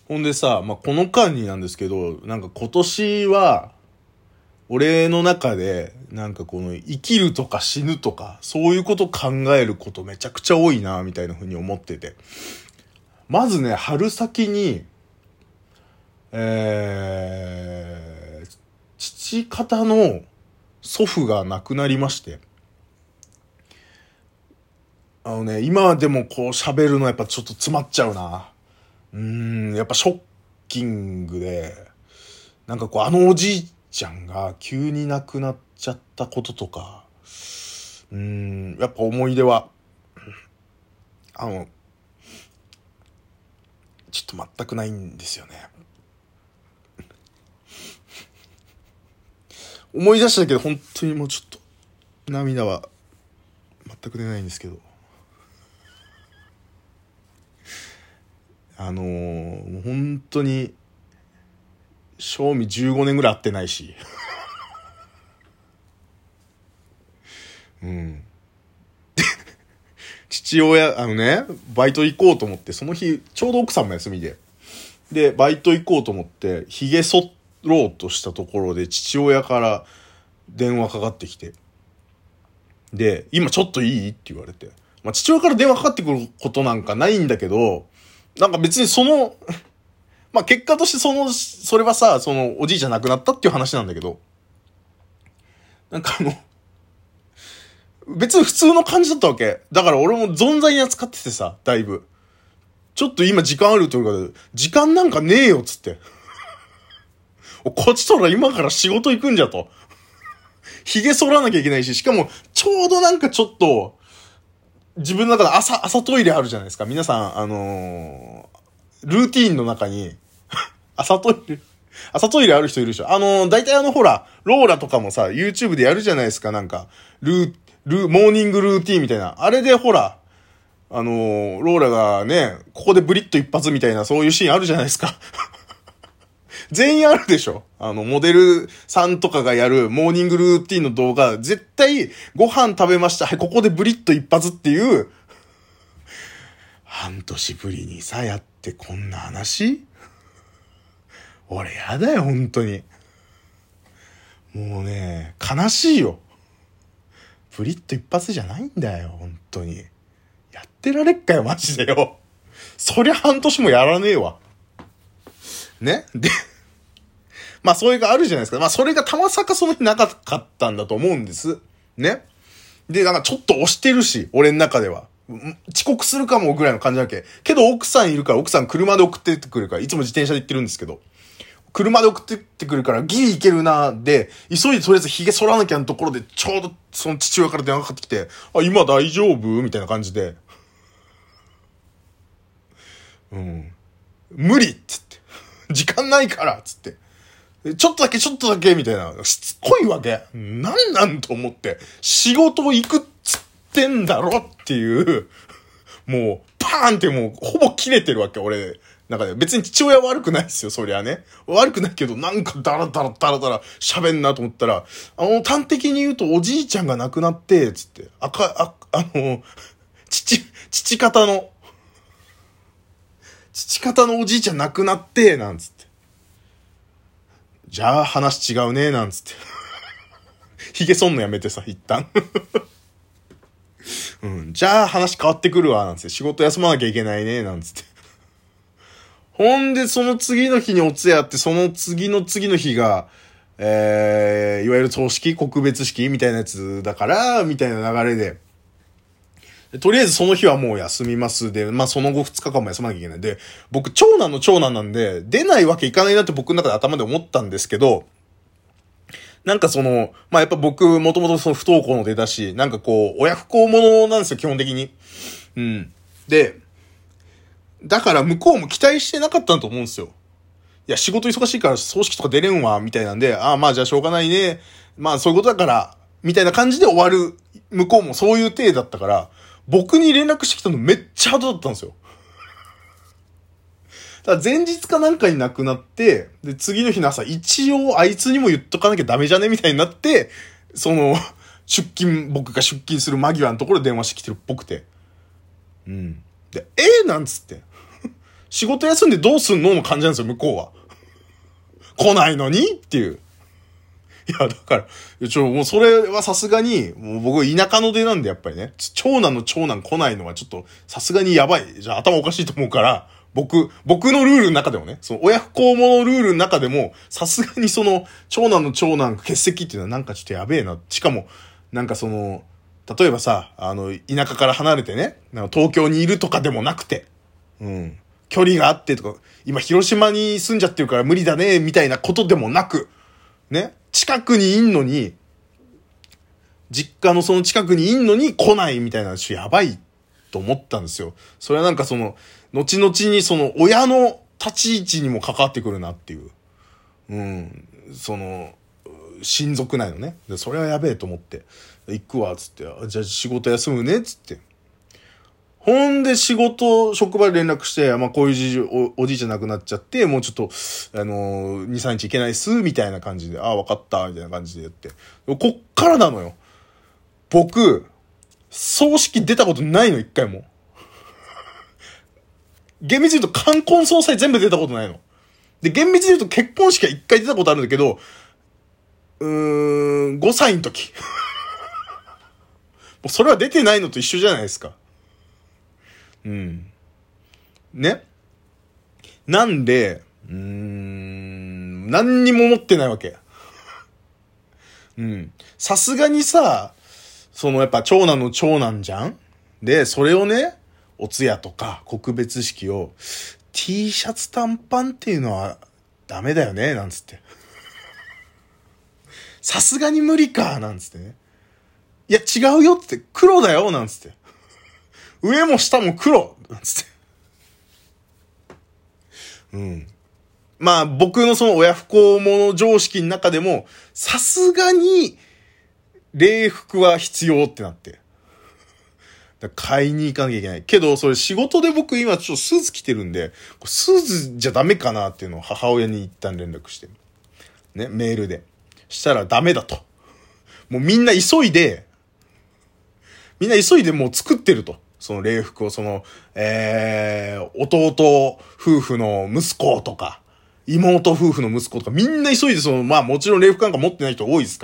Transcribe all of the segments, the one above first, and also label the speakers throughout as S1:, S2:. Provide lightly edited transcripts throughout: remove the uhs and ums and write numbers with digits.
S1: ほんでさ、この間になんですけど、なんか今年は、俺の中で、なんかこの生きるとか死ぬとか、そういうこと考えることめちゃくちゃ多いな、みたいな風に思ってて。まずね、春先に、父方の祖父が亡くなりまして。今でもこう喋るのやっぱちょっと詰まっちゃうな。やっぱショッキングで、なんかこうおじいちゃんが急に亡くなっちゃったこととか、やっぱ思い出は、ちょっと全くないんですよね。思い出したけど本当にもうちょっと涙は全く出ないんですけど、もう本当に正味15年ぐらい会ってないし父親バイト行こうと思って、その日ちょうど奥さんも休みでバイト行こうと思って髭剃ろうとしたところで父親から電話かかってきて、で今ちょっといいって言われて、父親から電話かかってくることなんかないんだけど、なんか別に結果としてそれはさ、おじいちゃん亡くなったっていう話なんだけど、なんか別に普通の感じだったわけ。だから俺も存在に扱っててさ、だいぶ。ちょっと今時間あるというか、時間なんかねえよっつって。こっちとら今から仕事行くんじゃと。髭剃らなきゃいけないし、しかもちょうどなんかちょっと、自分の中で朝トイレあるじゃないですか。皆さん、ルーティーンの中に、朝トイレある人いるでしょ。大体ほら、ローラとかもさ、YouTube でやるじゃないですか。なんか、モーニングルーティーンみたいな。あれでほら、ローラがね、ここでブリッと一発みたいな、そういうシーンあるじゃないですか。全員あるでしょ。モデルさんとかがやるモーニングルーティーンの動画、絶対、ご飯食べました。はい、ここでブリッと一発っていう、半年ぶりにさ、やってこんな話？俺やだよ、本当に。もうね、悲しいよ。ブリッと一発じゃないんだよ、本当に。やってられっかよ、マジでよ。そりゃ半年もやらねえわ。ね？で、そういうがあるじゃないですか。それがたまさかその日なかったんだと思うんです。ね？で、なんかちょっと押してるし、俺の中では。遅刻するかもぐらいの感じだけ。けど奥さんいるから、奥さん車で送ってってくるから、いつも自転車で行ってるんですけど。車で送ってってくるからギリ行けるなで、急いでとりあえず髭剃らなきゃのところでちょうどその父親から電話かかってきて、今大丈夫みたいな感じで。無理っつって。時間ないからっつって。ちょっとだけみたいな。しつこいわけ。なんと思って。仕事行くっつってんだろっていう、もう、パーンってもう、ほぼ切れてるわけ、俺。なんかね、別に父親は悪くないですよ、そりゃね。悪くないけど、なんかダラ喋んなと思ったら、端的に言うとおじいちゃんが亡くなって、つって、父方のおじいちゃん亡くなって、なんつって。じゃあ話違うね、なんつって。髭剃んのやめてさ、一旦。じゃあ話変わってくるわ、なんつって。仕事休まなきゃいけないね、なんつって。ほんで、その次の日にお通夜あって、その次の日が、いわゆる葬式、告別式みたいなやつだから、みたいな流れで。とりあえずその日はもう休みますで、その後2日間も休まなきゃいけない。で、僕、長男なんで、出ないわけいかないなって僕の中で頭で思ったんですけど、なんかやっぱ僕、もともと不登校の出だし、なんかこう、親不孝者なんですよ、基本的に。で、だから向こうも期待してなかったんだと思うんですよ。いや、仕事忙しいから葬式とか出れんわ、みたいなんで、じゃあしょうがないね。そういうことだから、みたいな感じで終わる。向こうもそういう体だったから、僕に連絡してきたのめっちゃ後だったんですよ。だから前日かなんかに亡くなって、で、次の日の朝、一応あいつにも言っとかなきゃダメじゃねみたいになって、僕が出勤する間際のところで電話してきてるっぽくて。で、なんつって。 仕事休んでどうすんのの感じなんですよ、向こうは。来ないのにっていう。いや、だから、もうそれはさすがに、もう僕田舎の出なんでやっぱりね、長男の長男来ないのはちょっとさすがにやばい。じゃあ頭おかしいと思うから、僕のルールの中でもね、その親不孝者ルールの中でも、さすがにその、長男の長男欠席っていうのはなんかちょっとやべえな。しかも、なんかその、例えばさ、田舎から離れてね、東京にいるとかでもなくて、距離があってとか、今広島に住んじゃってるから無理だね、みたいなことでもなく、ね、近くにいんのに、実家のその近くにいんのに来ないみたいな、やばいと思ったんですよ。それはなんかその、後々にその親の立ち位置にも関わってくるなっていう。その、親族内のね。で、それはやべえと思って、行くわ、つって、じゃあ仕事休むね、つって。ほんで職場で連絡して、こういうおじいちゃん亡くなっちゃって、もうちょっと、2、3日行けないっす、みたいな感じで、わかった、みたいな感じでやって。こっからなのよ。僕、葬式出たことないの、一回も。厳密に言うと冠婚葬祭全部出たことないの。で、厳密に言うと結婚式は一回出たことあるんだけど、5歳の時。もうそれは出てないのと一緒じゃないですか。ね。なんで、何にも持ってないわけ。さすがにさ、そのやっぱ長男の長男じゃん？で、それをね、お通夜とか告別式を T シャツ短パンっていうのはダメだよね、なんつって。さすがに無理か、なんつってね。いや違うよって、黒だよ、なんつって。上も下も黒、なんつって。僕のその親不孝者常識の中でも、さすがに礼服は必要ってなって。買いに行かなきゃいけない。けど、それ仕事で僕今ちょっとスーツ着てるんで、スーツじゃダメかなっていうのを母親に一旦連絡して。ね、メールで。したらダメだと。もうみんな急いでもう作ってると。その礼服を弟夫婦の息子とか、妹夫婦の息子とか、みんな急いでもちろん礼服なんか持ってない人多いですから、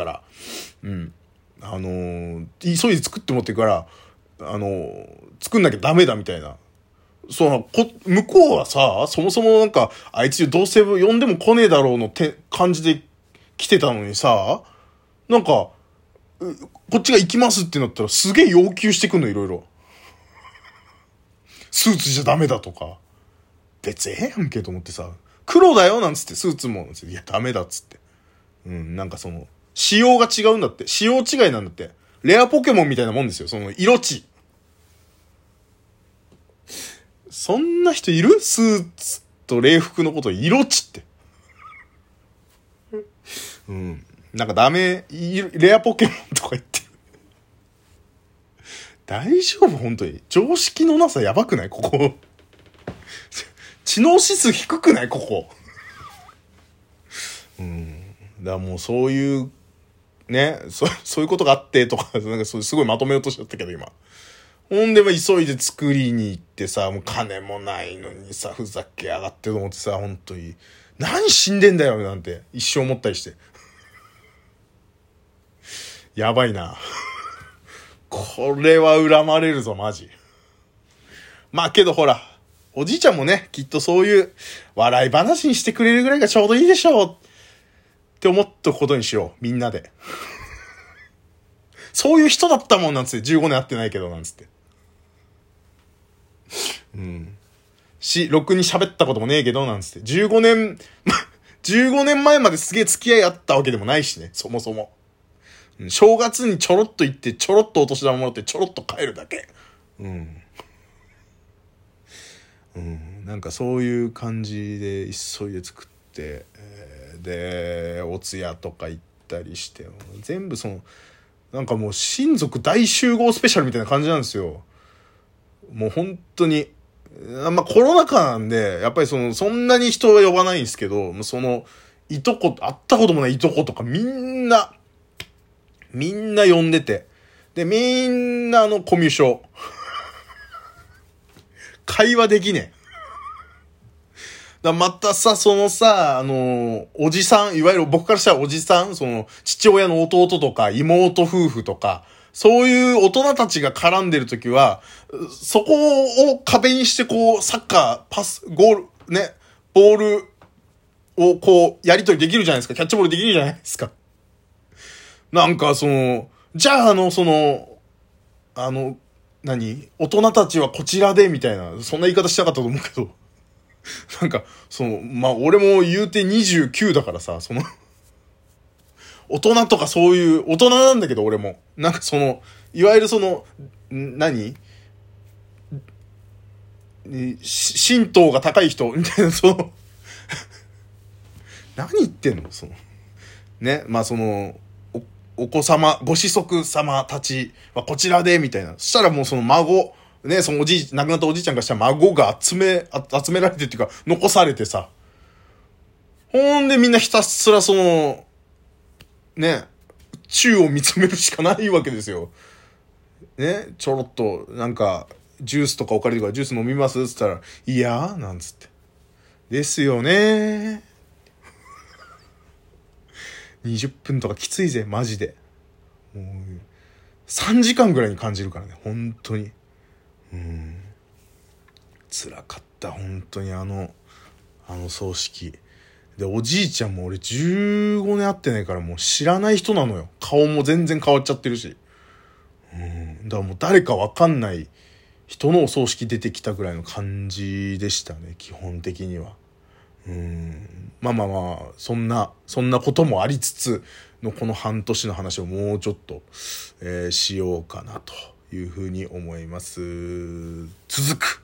S1: 急いで作って持ってるから、作んなきゃダメだみたいな。向こうはさ、そもそもなんか、あいつどうせ呼んでも来ねえだろうの感じで来てたのにさ、なんか、こっちが行きますってなったらすげえ要求してくんの、いろいろ。スーツじゃダメだとか。別ええやんけと思ってさ、黒だよなんつって、スーツも、いやダメだっつって。なんか仕様が違うんだって。仕様違いなんだって。レアポケモンみたいなもんですよ、その色地。そんな人いる？スーツと礼服のこと色地って。なんかダメ、レアポケモンとか言って。大丈夫？本当に。常識のなさやばくない？ここ。知能指数低くない？ここ。だからもうそういう、ね、そういうことがあってとか、なんかすごいまとめようとしちゃったけど今。ほんで急いで作りに行ってさ、もう金もないのにさ、ふざけやがってと思ってさ、本当に。何死んでんだよなんて一生思ったりして。やばいな。これは恨まれるぞ、マジ。けどほら、おじいちゃんもね、きっとそういう笑い話にしてくれるぐらいがちょうどいいでしょうって思ったことにしよう、みんなで。そういう人だったもんなんつって、15年会ってないけどなんつって。ろくに喋ったこともねえけどなんつって。15年前まですげえ付き合いあったわけでもないしね、そもそも。正月にちょろっと行って、ちょろっとお年玉もらって、ちょろっと帰るだけ。なんかそういう感じで急いで作って、で、お通夜とか行ったりして、全部なんかもう親族大集合スペシャルみたいな感じなんですよ。もう本当に。コロナ禍なんで、やっぱりそんなに人は呼ばないんですけど、会ったこともないいとことかみんな呼んでて。で、みんなコミュ障。会話できねまたさ、そのさ、おじさん、いわゆる僕からしたらおじさん、その、父親の弟とか妹夫婦とか、そういう大人たちが絡んでるときは、そこを壁にしてこう、サッカー、パス、ゴール、ね、ボールをこう、やり取りできるじゃないですか。キャッチボールできるじゃないですか。なんかその、じゃあ大人たちはこちらで、みたいな、そんな言い方しなかったと思うけど。なんか、俺も言うて29だからさ、大人とかそういう、大人なんだけど俺も。なんかいわゆる神道が高い人、みたいな、何言ってんのね、お子様、ご子息様たちはこちらで、みたいな。そしたらもう孫、ね、亡くなったおじいちゃんがした孫が集められてっていうか、残されてさ。ほんでみんなひたすらね、宙を見つめるしかないわけですよ。ね、ちょろっと、なんか、ジュースとかお借りとか、ジュース飲みますつったら、いやなんつって。ですよね20分とかきついぜ、マジで。もう、3時間ぐらいに感じるからね、本当に。辛かった、本当に葬式。で、おじいちゃんも俺15年会ってないからもう知らない人なのよ。顔も全然変わっちゃってるし。だからもう誰かわかんない人のお葬式出てきたぐらいの感じでしたね、基本的には。まあ、そんなこともありつつのこの半年の話をもうちょっと、しようかなというふうに思います。続く。